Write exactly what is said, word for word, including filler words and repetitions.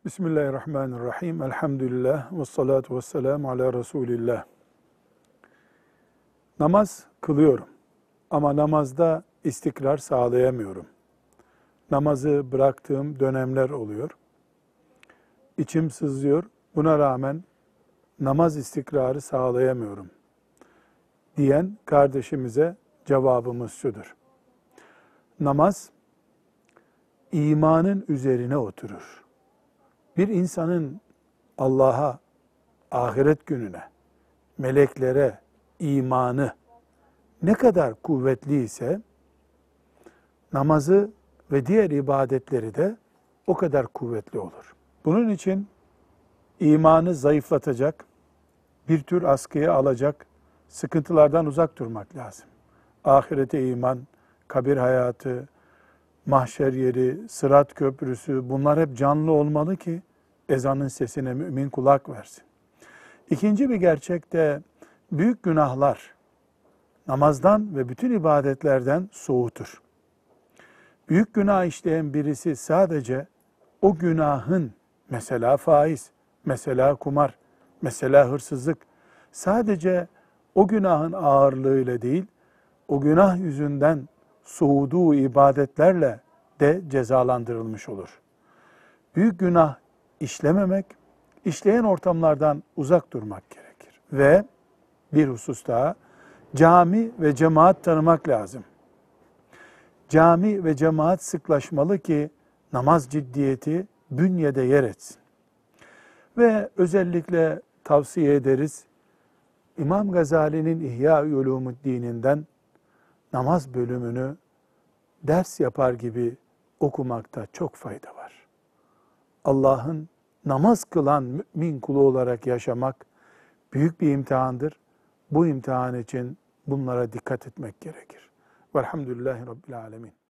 Bismillahirrahmanirrahim. Elhamdülillah ve salatu ve selamu ala Resulillah. Namaz kılıyorum ama namazda istikrar sağlayamıyorum. Namazı bıraktığım dönemler oluyor. İçim sızlıyor. Buna rağmen namaz istikrarı sağlayamıyorum diyen kardeşimize cevabımız şudur. Namaz imanın üzerine oturur. Bir insanın Allah'a, ahiret gününe, meleklere imanı ne kadar kuvvetli ise namazı ve diğer ibadetleri de o kadar kuvvetli olur. Bunun için imanı zayıflatacak, bir tür askıya alacak sıkıntılardan uzak durmak lazım. Ahirete iman, kabir hayatı, mahşer yeri, sırat köprüsü, bunlar hep canlı olmalı ki ezanın sesine mümin kulak versin. İkinci bir gerçek de büyük günahlar namazdan ve bütün ibadetlerden soğutur. Büyük günah işleyen birisi sadece o günahın, mesela faiz, mesela kumar, mesela hırsızlık, sadece o günahın ağırlığıyla değil, o günah yüzünden soğuduğu ibadetlerle de cezalandırılmış olur. Büyük günah işlememek, işleyen ortamlardan uzak durmak gerekir. Ve bir husus daha, cami ve cemaat tanımak lazım. Cami ve cemaat sıklaşmalı ki namaz ciddiyeti bünyede yer etsin. Ve özellikle tavsiye ederiz, İmam Gazali'nin İhya-i Ulumuddin'inden namaz bölümünü ders yapar gibi okumakta çok fayda var. Allah'ın namaz kılan mümin kulu olarak yaşamak büyük bir imtihandır. Bu imtihan için bunlara dikkat etmek gerekir. Velhamdülillahi Rabbil Alemin.